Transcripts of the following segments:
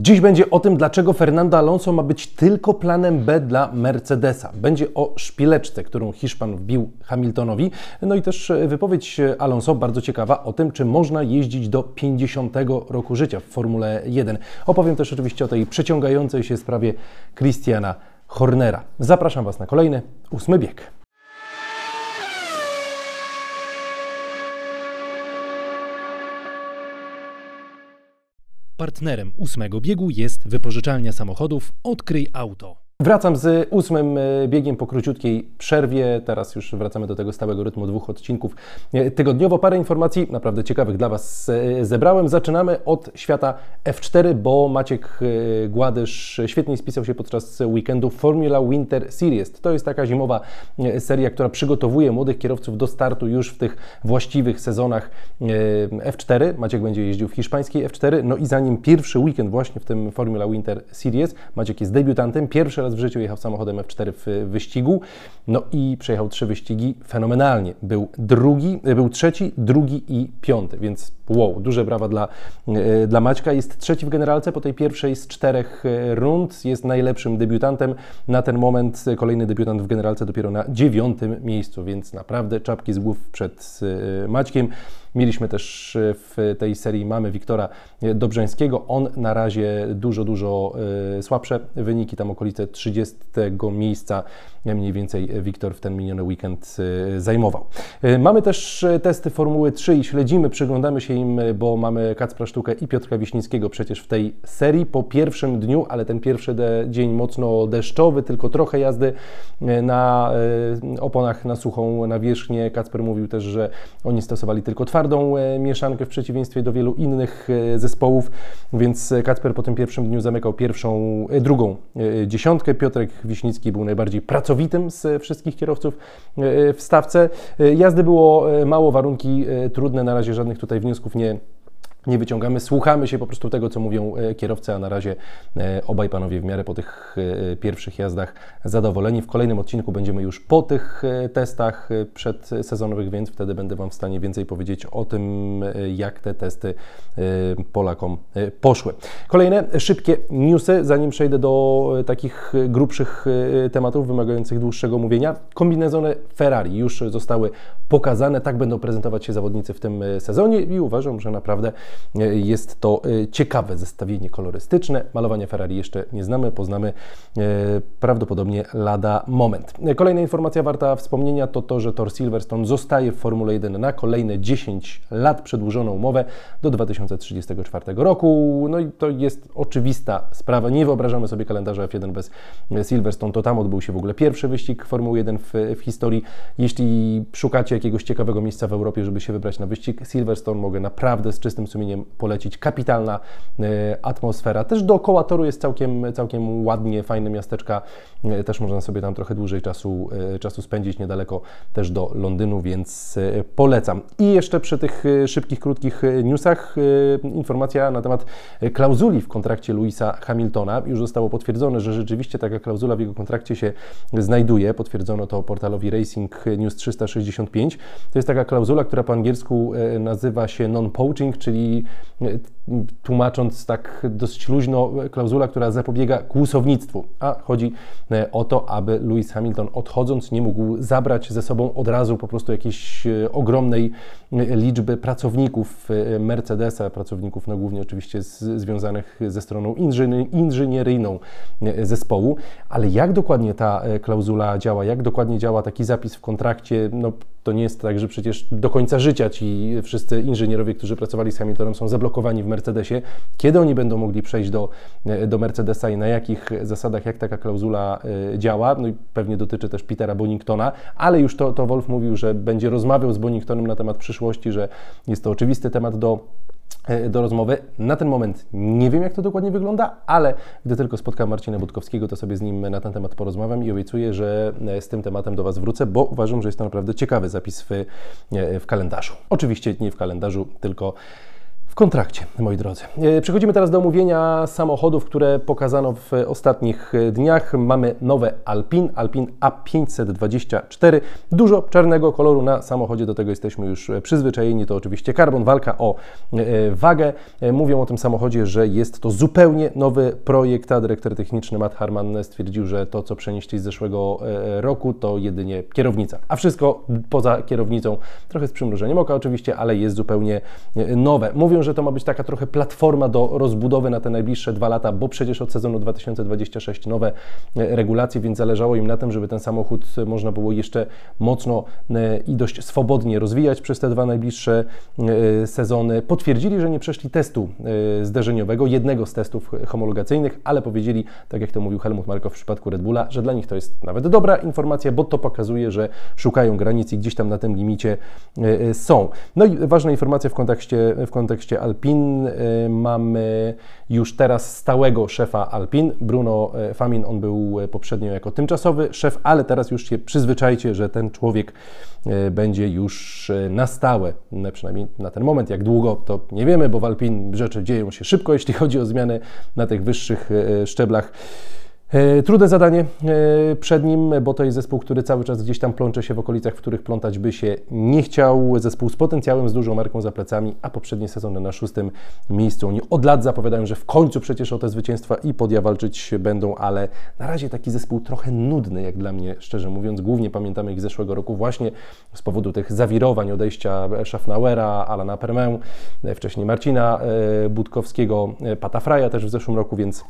Dziś będzie o tym, dlaczego Fernando Alonso ma być tylko planem B dla Mercedesa. Będzie o szpileczce, którą Hiszpan wbił Hamiltonowi. No i też wypowiedź Alonso, bardzo ciekawa, o tym, czy można jeździć do 50 roku życia w Formule 1. Opowiem też oczywiście o tej przeciągającej się sprawie Christiana Hornera. Zapraszam Was na kolejny 8 bieg. Partnerem 8 biegu jest wypożyczalnia samochodów Odkryj Auto. Wracam z 8 biegiem po króciutkiej przerwie. Teraz już wracamy do tego stałego rytmu 2 odcinków tygodniowo. Parę informacji naprawdę ciekawych dla Was zebrałem. Zaczynamy od świata F4, bo Maciek Gładysz świetnie spisał się podczas weekendu Formula Winter Series. To jest taka zimowa seria, która przygotowuje młodych kierowców do startu już w tych właściwych sezonach F4. Maciek będzie jeździł w hiszpańskiej F4. No i zanim pierwszy weekend właśnie w tym Formula Winter Series, Maciek jest debiutantem. Pierwszy raz w życiu jechał samochodem F4 w wyścigu, no i przejechał 3 wyścigi fenomenalnie. Był trzeci, drugi i 5, więc wow, duże brawa dla Maćka. Jest trzeci w generalce po tej pierwszej z 4 rund, jest najlepszym debiutantem na ten moment. Kolejny debiutant w generalce dopiero na 9 miejscu, więc naprawdę czapki z głów przed Maćkiem. Mieliśmy też w tej serii mamy Wiktora Dobrzańskiego. On na razie dużo słabsze wyniki, tam okolice 30 miejsca mniej więcej Wiktor w ten miniony weekend zajmował. Mamy też testy Formuły 3 i śledzimy, przyglądamy się im, bo mamy Kacpra Sztukę i Piotrka Wiśnickiego przecież w tej serii po pierwszym dniu, ale ten pierwszy dzień mocno deszczowy, tylko trochę jazdy na oponach na suchą nawierzchnię. Kacper mówił też, że oni stosowali tylko twardą mieszankę w przeciwieństwie do wielu innych zespołów, więc Kacper po tym pierwszym dniu zamykał drugą dziesiątkę. Piotrek Wiśnicki był najbardziej pracowitym z wszystkich kierowców w stawce. Jazdy było mało, warunki trudne, na razie żadnych tutaj wniosków nie wyciągamy, słuchamy się po prostu tego, co mówią kierowcy, a na razie obaj panowie w miarę po tych pierwszych jazdach zadowoleni. W kolejnym odcinku będziemy już po tych testach przedsezonowych, więc wtedy będę Wam w stanie więcej powiedzieć o tym, jak te testy Polakom poszły. Kolejne szybkie newsy, zanim przejdę do takich grubszych tematów wymagających dłuższego mówienia. Kombinezony Ferrari już zostały pokazane, tak będą prezentować się zawodnicy w tym sezonie i uważam, że naprawdę jest to ciekawe zestawienie kolorystyczne. Malowania Ferrari jeszcze nie znamy, poznamy prawdopodobnie lada moment. Kolejna informacja warta wspomnienia to to, że Thor Silverstone zostaje w Formule 1 na kolejne 10 lat, przedłużoną umowę do 2034 roku. No i to jest oczywista sprawa. Nie wyobrażamy sobie kalendarza F1 bez Silverstone. To tam odbył się w ogóle pierwszy wyścig Formuły 1 w historii. Jeśli szukacie jakiegoś ciekawego miejsca w Europie, żeby się wybrać na wyścig Silverstone, mogę naprawdę z czystym sumieniem polecić. Kapitalna atmosfera. Też dookoła toru jest całkiem ładnie, fajne miasteczka. Też można sobie tam trochę dłużej czasu spędzić, niedaleko też do Londynu, więc polecam. I jeszcze przy tych szybkich, krótkich newsach informacja na temat klauzuli w kontrakcie Lewisa Hamiltona. Już zostało potwierdzone, że rzeczywiście taka klauzula w jego kontrakcie się znajduje. Potwierdzono to portalowi Racing News 365. To jest taka klauzula, która po angielsku nazywa się non-poaching, czyli tłumacząc tak dość luźno, klauzula, która zapobiega kłusownictwu, a chodzi o to, aby Lewis Hamilton odchodząc nie mógł zabrać ze sobą od razu po prostu jakiejś ogromnej liczby pracowników Mercedesa, pracowników no głównie oczywiście związanych ze stroną inżynieryjną zespołu, ale jak dokładnie ta klauzula działa, jak dokładnie działa taki zapis w kontrakcie, no to nie jest tak, że przecież do końca życia ci wszyscy inżynierowie, którzy pracowali z Hamiltonem, są zablokowani w Mercedesie. Kiedy oni będą mogli przejść do Mercedesa i na jakich zasadach, jak taka klauzula działa? No i pewnie dotyczy też Petera Boningtona, ale już to Wolf mówił, że będzie rozmawiał z Boningtonem na temat przyszłości, że jest to oczywisty temat do rozmowy. Na ten moment nie wiem, jak to dokładnie wygląda, ale gdy tylko spotkam Marcina Budkowskiego, to sobie z nim na ten temat porozmawiam i obiecuję, że z tym tematem do Was wrócę, bo uważam, że jest to naprawdę ciekawy zapis w kalendarzu. Oczywiście nie w kalendarzu, tylko w kontrakcie, moi drodzy. Przechodzimy teraz do omówienia samochodów, które pokazano w ostatnich dniach. Mamy nowe Alpine A524. Dużo czarnego koloru na samochodzie, do tego jesteśmy już przyzwyczajeni. To oczywiście karbon, walka o wagę. Mówią o tym samochodzie, że jest to zupełnie nowy projekt, a dyrektor techniczny Matt Harman stwierdził, że to, co przenieśli z zeszłego roku, to jedynie kierownica. A wszystko poza kierownicą, trochę z przymrużeniem oka oczywiście, ale jest zupełnie nowe. Mówią, że to ma być taka trochę platforma do rozbudowy na te najbliższe 2 lata, bo przecież od sezonu 2026 nowe regulacje, więc zależało im na tym, żeby ten samochód można było jeszcze mocno i dość swobodnie rozwijać przez te 2 najbliższe sezony. Potwierdzili, że nie przeszli testu zderzeniowego, jednego z testów homologacyjnych, ale powiedzieli, tak jak to mówił Helmut Marko w przypadku Red Bulla, że dla nich to jest nawet dobra informacja, bo to pokazuje, że szukają granic i gdzieś tam na tym limicie są. No i ważna informacja w kontekście Alpine. Mamy już teraz stałego szefa Alpine, Bruno Famin. On był poprzednio jako tymczasowy szef, ale teraz już się przyzwyczajcie, że ten człowiek będzie już na stałe, przynajmniej na ten moment. Jak długo, to nie wiemy, bo w Alpine rzeczy dzieją się szybko, jeśli chodzi o zmiany na tych wyższych szczeblach. Trudne zadanie przed nim, bo to jest zespół, który cały czas gdzieś tam plącze się w okolicach, w których plątać by się nie chciał. Zespół z potencjałem, z dużą marką za plecami, a poprzednie sezony na 6. miejscu. Oni od lat zapowiadają, że w końcu przecież o te zwycięstwa i podia walczyć będą, ale na razie taki zespół trochę nudny, jak dla mnie, szczerze mówiąc. Głównie pamiętamy ich z zeszłego roku właśnie z powodu tych zawirowań, odejścia Schaffnauera, Alana Permę, wcześniej Marcina Budkowskiego, Pata Fraja też w zeszłym roku, więc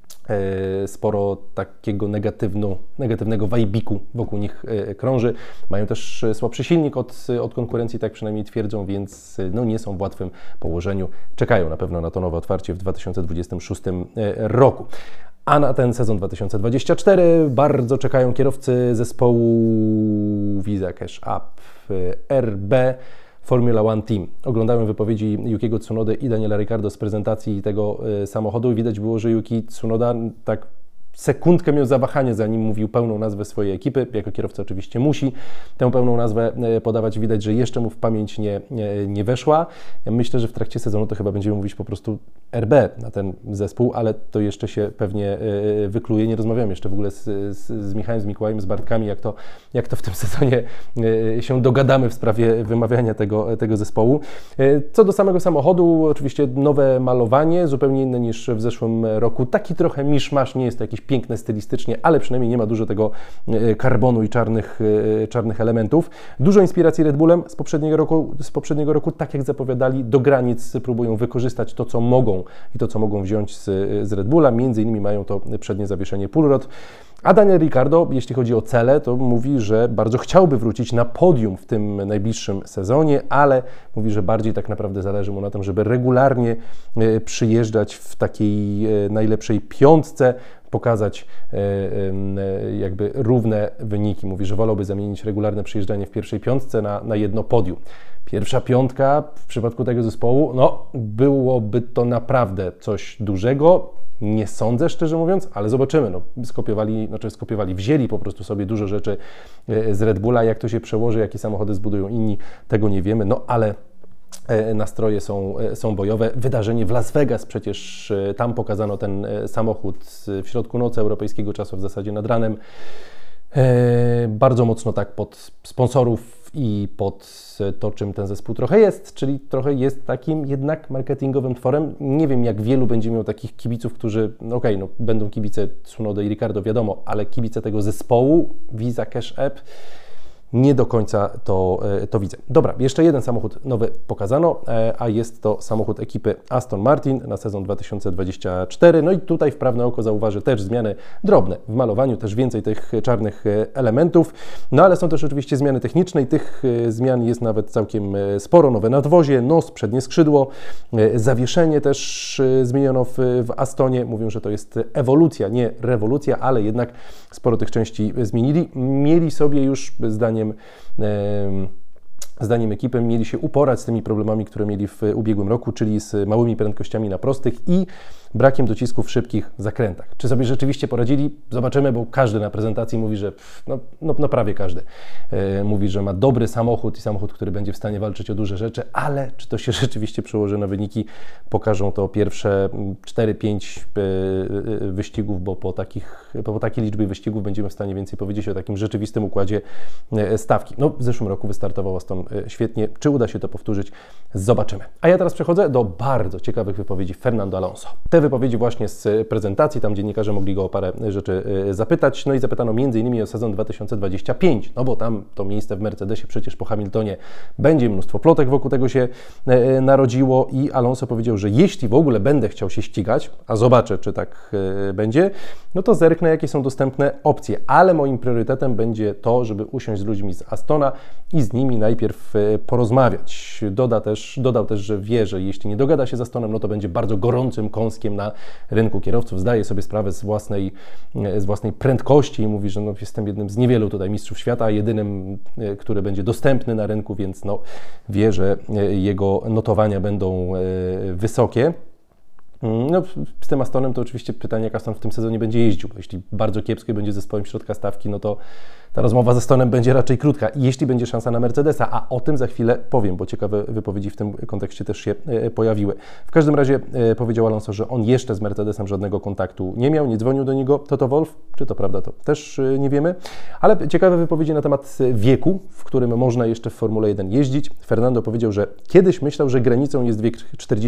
sporo takiego negatywnego wajbiku wokół nich krąży. Mają też słabszy silnik od konkurencji, tak przynajmniej twierdzą, więc no nie są w łatwym położeniu. Czekają na pewno na to nowe otwarcie w 2026 roku. A na ten sezon 2024 bardzo czekają kierowcy zespołu Visa Cash App RB Formula One Team. Oglądałem wypowiedzi Yukiego Tsunody i Daniela Ricciardo z prezentacji tego samochodu i widać było, że Yuki Tsunoda tak sekundkę miał zawahanie, zanim mówił pełną nazwę swojej ekipy. Jako kierowca oczywiście musi tę pełną nazwę podawać. Widać, że jeszcze mu w pamięć nie weszła. Ja myślę, że w trakcie sezonu to chyba będziemy mówić po prostu RB na ten zespół, ale to jeszcze się pewnie wykluje. Nie rozmawiam jeszcze w ogóle z Michałem, z Mikołajem, z Bartkami, jak to w tym sezonie się dogadamy w sprawie wymawiania tego zespołu. Co do samego samochodu, oczywiście nowe malowanie, zupełnie inne niż w zeszłym roku. Taki trochę miszmasz, nie jest to jakiś piękne stylistycznie, ale przynajmniej nie ma dużo tego karbonu i czarnych elementów. Dużo inspiracji Red Bullem z poprzedniego roku, tak jak zapowiadali, do granic próbują wykorzystać to, co mogą i to, co mogą wziąć z Red Bulla. Między innymi mają to przednie zawieszenie pull rod. A Daniel Ricciardo, jeśli chodzi o cele, to mówi, że bardzo chciałby wrócić na podium w tym najbliższym sezonie, ale mówi, że bardziej tak naprawdę zależy mu na tym, żeby regularnie przyjeżdżać w takiej najlepszej piątce, pokazać jakby równe wyniki. Mówi, że wolałby zamienić regularne przyjeżdżanie w pierwszej piątce na jedno podium. Pierwsza piątka w przypadku tego zespołu, no byłoby to naprawdę coś dużego. Nie sądzę, szczerze mówiąc, ale zobaczymy. Wzięli po prostu sobie dużo rzeczy z Red Bulla. Jak to się przełoży, jakie samochody zbudują inni, tego nie wiemy, no ale nastroje są bojowe. Wydarzenie w Las Vegas, przecież tam pokazano ten samochód w środku nocy europejskiego czasu, w zasadzie nad ranem. Bardzo mocno tak pod sponsorów i pod to, czym ten zespół trochę jest, czyli trochę jest takim jednak marketingowym tworem. Nie wiem, jak wielu będzie miał takich kibiców, którzy, będą kibice Tsunody i Ricciardo, wiadomo, ale kibice tego zespołu, Visa Cash App, nie do końca to widzę. Dobra, jeszcze jeden samochód nowy pokazano, a jest to samochód ekipy Aston Martin na sezon 2024. No i tutaj wprawne oko zauważy też zmiany drobne w malowaniu, też więcej tych czarnych elementów, no ale są też oczywiście zmiany techniczne i tych zmian jest nawet całkiem sporo. Nowe nadwozie, nos, przednie skrzydło, zawieszenie też zmieniono w Astonie. Mówią, że to jest ewolucja, nie rewolucja, ale jednak sporo tych części zmienili. Mieli sobie już, zdaniem ekipy, mieli się uporać z tymi problemami, które mieli w ubiegłym roku, czyli z małymi prędkościami na prostych i brakiem docisków w szybkich zakrętach. Czy sobie rzeczywiście poradzili? Zobaczymy, bo każdy na prezentacji mówi, że no prawie każdy mówi, że ma dobry samochód i samochód, który będzie w stanie walczyć o duże rzeczy, ale czy to się rzeczywiście przełoży na wyniki, pokażą to pierwsze 4-5 wyścigów, bo po takiej liczbie wyścigów będziemy w stanie więcej powiedzieć o takim rzeczywistym układzie stawki. No, w zeszłym roku wystartował Aston świetnie. Czy uda się to powtórzyć? Zobaczymy. A ja teraz przechodzę do bardzo ciekawych wypowiedzi Fernando Alonso. Te wypowiedzi właśnie z prezentacji, tam dziennikarze mogli go o parę rzeczy zapytać, no i zapytano m.in. o sezon 2025, no bo tam to miejsce w Mercedesie przecież po Hamiltonie będzie mnóstwo plotek wokół tego się narodziło i Alonso powiedział, że jeśli w ogóle będę chciał się ścigać, a zobaczę, czy tak będzie, no to zerknę, jakie są dostępne opcje, ale moim priorytetem będzie to, żeby usiąść z ludźmi z Astona i z nimi najpierw porozmawiać. Dodał też, że wie, że jeśli nie dogada się z Astonem, no to będzie bardzo gorącym kąskiem na rynku kierowców. Zdaje sobie sprawę z własnej prędkości i mówi, że no, jestem jednym z niewielu tutaj mistrzów świata, a jedynym, który będzie dostępny na rynku, więc no, wie, że jego notowania będą wysokie. No, z tym Astonem to oczywiście pytanie, jak Aston w tym sezonie będzie jeździł, bo jeśli bardzo kiepsko będzie zespołem środka stawki, no to ta rozmowa z Astonem będzie raczej krótka. I jeśli będzie szansa na Mercedesa, a o tym za chwilę powiem, bo ciekawe wypowiedzi w tym kontekście też się pojawiły. W każdym razie powiedział Alonso, że on jeszcze z Mercedesem żadnego kontaktu nie miał, nie dzwonił do niego Toto Wolff. Czy to prawda, to też nie wiemy. Ale ciekawe wypowiedzi na temat wieku, w którym można jeszcze w Formule 1 jeździć. Fernando powiedział, że kiedyś myślał, że granicą jest wiek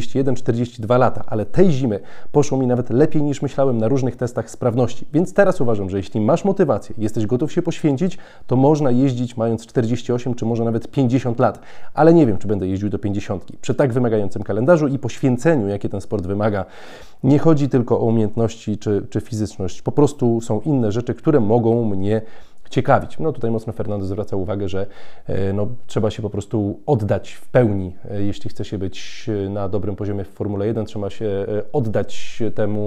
41-42 lata, ale tej zimy poszło mi nawet lepiej niż myślałem na różnych testach sprawności. Więc teraz uważam, że jeśli masz motywację, jesteś gotów się poświęcić, to można jeździć mając 48 czy może nawet 50 lat. Ale nie wiem, czy będę jeździł do 50. Przy tak wymagającym kalendarzu i poświęceniu, jakie ten sport wymaga, nie chodzi tylko o umiejętności czy fizyczność. Po prostu są inne rzeczy, które mogą mnie ciekawić. No tutaj mocno Fernando zwraca uwagę, że no, trzeba się po prostu oddać w pełni, jeśli chce się być na dobrym poziomie w Formule 1, trzeba się oddać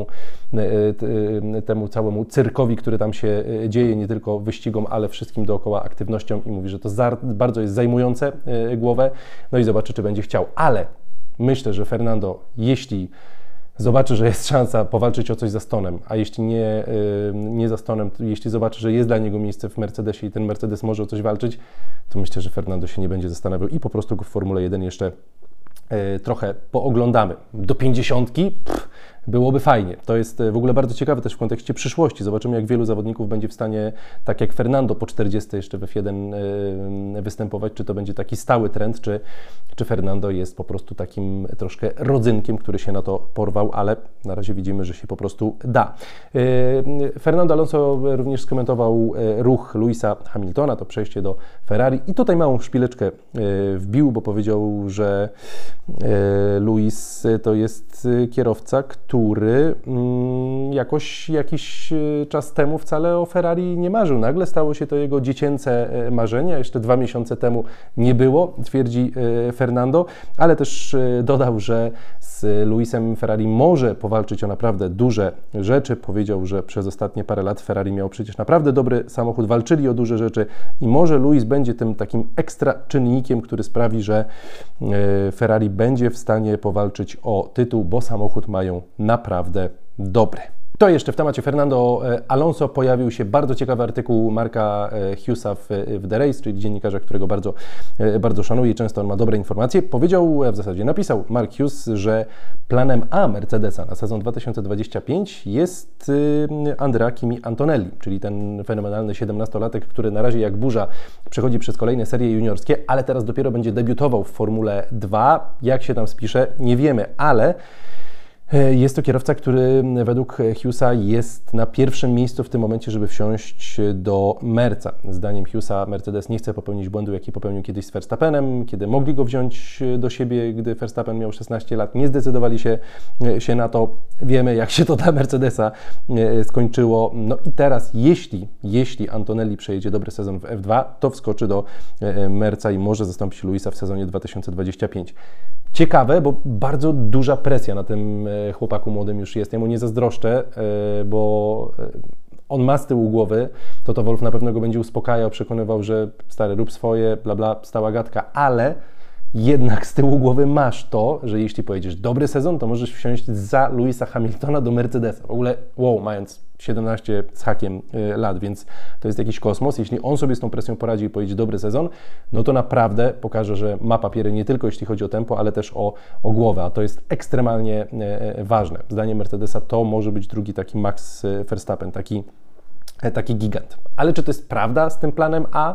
temu całemu cyrkowi, który tam się dzieje, nie tylko wyścigom, ale wszystkim dookoła aktywnościom i mówi, że to bardzo jest zajmujące głowę, no i zobaczy, czy będzie chciał. Ale myślę, że Fernando, jeśli zobaczy, że jest szansa powalczyć o coś z Astonem, a jeśli nie z Astonem, to jeśli zobaczy, że jest dla niego miejsce w Mercedesie i ten Mercedes może o coś walczyć, to myślę, że Fernando się nie będzie zastanawiał i po prostu go w Formule 1 jeszcze trochę pooglądamy. Do 50 byłoby fajnie. To jest w ogóle bardzo ciekawe też w kontekście przyszłości. Zobaczymy, jak wielu zawodników będzie w stanie, tak jak Fernando po 40 jeszcze w F1 występować, czy to będzie taki stały trend, czy Fernando jest po prostu takim troszkę rodzynkiem, który się na to porwał, ale na razie widzimy, że się po prostu da. Fernando Alonso również skomentował ruch Lewisa Hamiltona, to przejście do Ferrari i tutaj małą szpileczkę wbił, bo powiedział, że Lewis to jest kierowca, który jakiś czas temu wcale o Ferrari nie marzył. Nagle stało się to jego dziecięce marzenie, jeszcze 2 miesiące temu nie było, twierdzi Fernando, ale też dodał, że z Lewisem Ferrari może powalczyć o naprawdę duże rzeczy. Powiedział, że przez ostatnie parę lat Ferrari miał przecież naprawdę dobry samochód, walczyli o duże rzeczy i może Lewis będzie tym takim ekstra czynnikiem, który sprawi, że Ferrari będzie w stanie powalczyć o tytuł, bo samochód mają naprawdę dobry. To jeszcze w temacie Fernando Alonso pojawił się bardzo ciekawy artykuł Marka Hughesa w The Race, czyli dziennikarza, którego bardzo szanuję i często on ma dobre informacje. Powiedział, w zasadzie napisał Mark Hughes, że planem A Mercedesa na sezon 2025 jest Andrea Kimi Antonelli, czyli ten fenomenalny 17-latek, który na razie jak burza przechodzi przez kolejne serie juniorskie, ale teraz dopiero będzie debiutował w Formule 2. Jak się tam spisze, nie wiemy, ale jest to kierowca, który według Hughesa jest na pierwszym miejscu w tym momencie, żeby wsiąść do Merca. Zdaniem Hughesa Mercedes nie chce popełnić błędu, jaki popełnił kiedyś z Verstappenem, kiedy mogli go wziąć do siebie, gdy Verstappen miał 16 lat. Nie zdecydowali się na to. Wiemy, jak się to dla Mercedesa skończyło. No i teraz, jeśli Antonelli przejedzie dobry sezon w F2, to wskoczy do Merca i może zastąpić Lewisa w sezonie 2025. Ciekawe, bo bardzo duża presja na tym chłopaku młodym już jest. Ja mu nie zazdroszczę, bo on ma z tyłu głowy, to Wolff na pewno go będzie uspokajał, przekonywał, że stary, rób swoje, bla bla, stała gadka, ale jednak z tyłu głowy masz to, że jeśli pojedziesz dobry sezon, to możesz wsiąść za Lewisa Hamiltona do Mercedesa. W ogóle, wow, mając 17 z hakiem lat, więc to jest jakiś kosmos. Jeśli on sobie z tą presją poradzi i pojedzie dobry sezon, no to naprawdę pokaże, że ma papiery nie tylko jeśli chodzi o tempo, ale też o głowę, a to jest ekstremalnie ważne. Zdaniem Mercedesa to może być drugi taki Max Verstappen, taki gigant. Ale czy to jest prawda z tym planem A,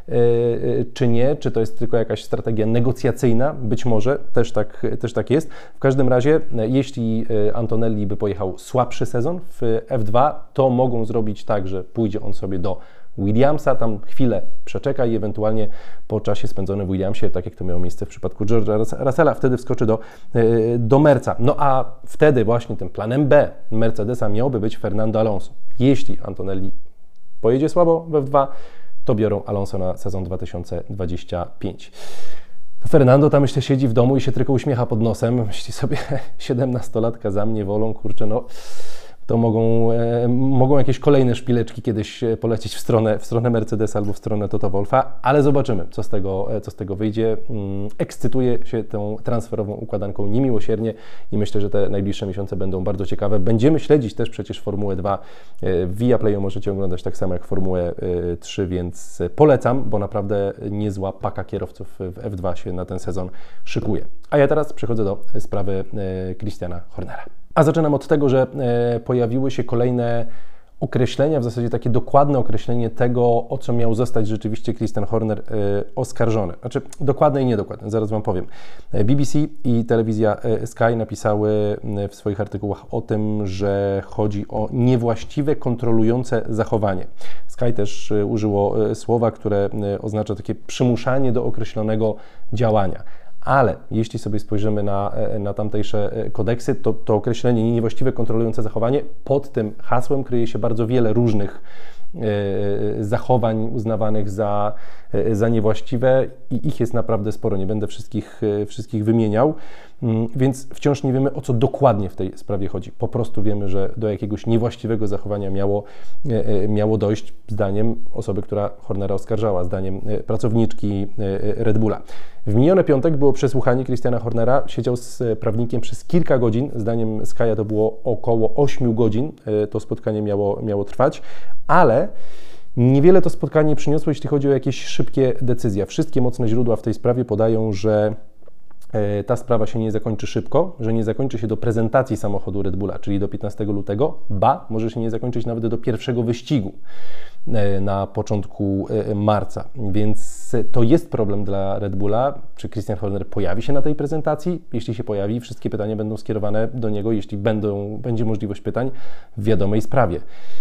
czy nie? Czy to jest tylko jakaś strategia negocjacyjna? Być może, też tak jest. W każdym razie, jeśli Antonelli by pojechał słabszy sezon w F2, to mogą zrobić tak, że pójdzie on sobie do Williamsa, tam chwilę przeczeka i ewentualnie po czasie spędzonym w Williamsie, tak jak to miało miejsce w przypadku George'a Russella, wtedy wskoczy do Merca. No a wtedy właśnie tym planem B Mercedesa miałby być Fernando Alonso. Jeśli Antonelli pojedzie słabo w F2, to biorą Alonso na sezon 2025. Fernando tam, myślę, siedzi w domu i się tylko uśmiecha pod nosem. Myśli sobie, 17-latka za mnie wolą, kurczę, no to mogą jakieś kolejne szpileczki kiedyś polecieć w stronę Mercedesa albo w stronę Toto Wolffa, ale zobaczymy, co z tego wyjdzie. Ekscytuję się tą transferową układanką niemiłosiernie i myślę, że te najbliższe miesiące będą bardzo ciekawe. Będziemy śledzić też przecież Formułę 2. W Viaplayu możecie oglądać tak samo jak Formułę 3, więc polecam, bo naprawdę niezła paka kierowców w F2 się na ten sezon szykuje. A ja teraz przechodzę do sprawy Christiana Hornera. A zaczynam od tego, że pojawiły się kolejne określenia, w zasadzie takie dokładne określenie tego, o co miał zostać rzeczywiście Christian Horner oskarżony. Znaczy dokładne i niedokładne, zaraz Wam powiem. BBC i telewizja Sky napisały w swoich artykułach o tym, że chodzi o niewłaściwe, kontrolujące zachowanie. Sky też użyło słowa, które oznacza takie przymuszanie do określonego działania. Ale jeśli sobie spojrzymy na tamtejsze kodeksy, to określenie niewłaściwe, kontrolujące zachowanie, pod tym hasłem kryje się bardzo wiele różnych zachowań uznawanych za niewłaściwe i ich jest naprawdę sporo. Nie będę wszystkich wymieniał, więc wciąż nie wiemy, o co dokładnie w tej sprawie chodzi. Po prostu wiemy, że do jakiegoś niewłaściwego zachowania miało dojść, zdaniem osoby, która Hornera oskarżała, zdaniem pracowniczki Red Bulla. W miniony piątek było przesłuchanie Christiana Hornera, siedział z prawnikiem przez kilka godzin, zdaniem Sky'a to było około 8 godzin, to spotkanie miało trwać, ale niewiele to spotkanie przyniosło, jeśli chodzi o jakieś szybkie decyzje. Wszystkie mocne źródła w tej sprawie podają, że ta sprawa się nie zakończy szybko, że nie zakończy się do prezentacji samochodu Red Bulla, czyli do 15 lutego, może się nie zakończyć nawet do pierwszego wyścigu na początku marca, więc to jest problem dla Red Bulla. Czy Christian Horner pojawi się na tej prezentacji? Jeśli się pojawi, wszystkie pytania będą skierowane do niego, jeśli będzie możliwość pytań w wiadomej sprawie.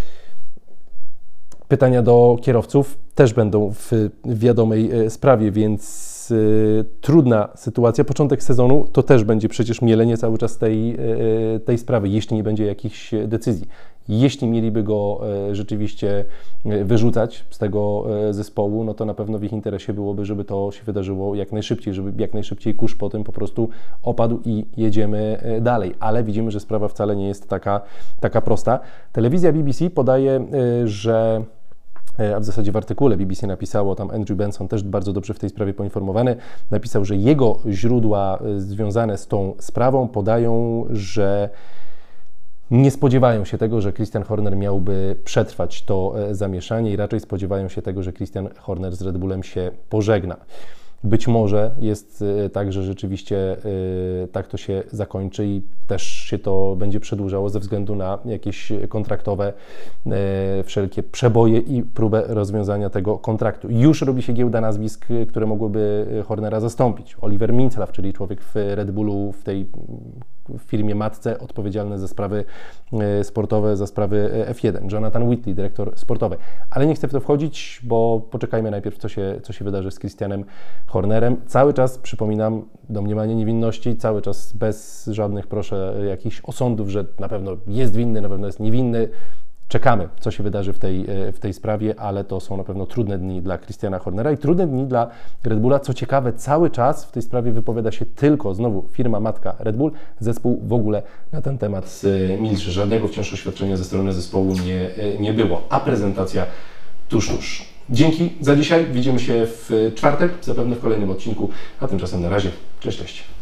Pytania do kierowców też będą w wiadomej sprawie, więc trudna sytuacja. Początek sezonu to też będzie przecież mielenie cały czas tej sprawy, jeśli nie będzie jakichś decyzji. Jeśli mieliby go rzeczywiście wyrzucać z tego zespołu, no to na pewno w ich interesie byłoby, żeby to się wydarzyło jak najszybciej, żeby jak najszybciej kurz po tym po prostu opadł i jedziemy dalej. Ale widzimy, że sprawa wcale nie jest taka prosta. Telewizja BBC podaje, że a w zasadzie w artykule BBC napisało, tam Andrew Benson też bardzo dobrze w tej sprawie poinformowany, napisał, że jego źródła związane z tą sprawą podają, że nie spodziewają się tego, że Christian Horner miałby przetrwać to zamieszanie i raczej spodziewają się tego, że Christian Horner z Red Bullem się pożegna. Być może jest tak, że rzeczywiście tak to się zakończy i też się to będzie przedłużało ze względu na jakieś kontraktowe wszelkie przeboje i próbę rozwiązania tego kontraktu. Już robi się giełda nazwisk, które mogłyby Hornera zastąpić. Oliver Mintzlaff, czyli człowiek w Red Bullu, w tej firmie matce odpowiedzialny za sprawy sportowe, za sprawy F1. Jonathan Whitley, dyrektor sportowy. Ale nie chcę w to wchodzić, bo poczekajmy najpierw, co się wydarzy z Christianem Hornerem. Cały czas, przypominam, domniemanie niewinności, cały czas bez żadnych, proszę, jakichś osądów, że na pewno jest winny, na pewno jest niewinny. Czekamy, co się wydarzy w tej sprawie, ale to są na pewno trudne dni dla Christiana Hornera i trudne dni dla Red Bulla. Co ciekawe, cały czas w tej sprawie wypowiada się tylko, znowu, firma matka Red Bull. Zespół w ogóle na ten temat milczy. Żadnego wciąż oświadczenia ze strony zespołu nie było, a prezentacja tuż. Dzięki za dzisiaj. Widzimy się w czwartek, zapewne w kolejnym odcinku. A tymczasem na razie. Cześć, cześć.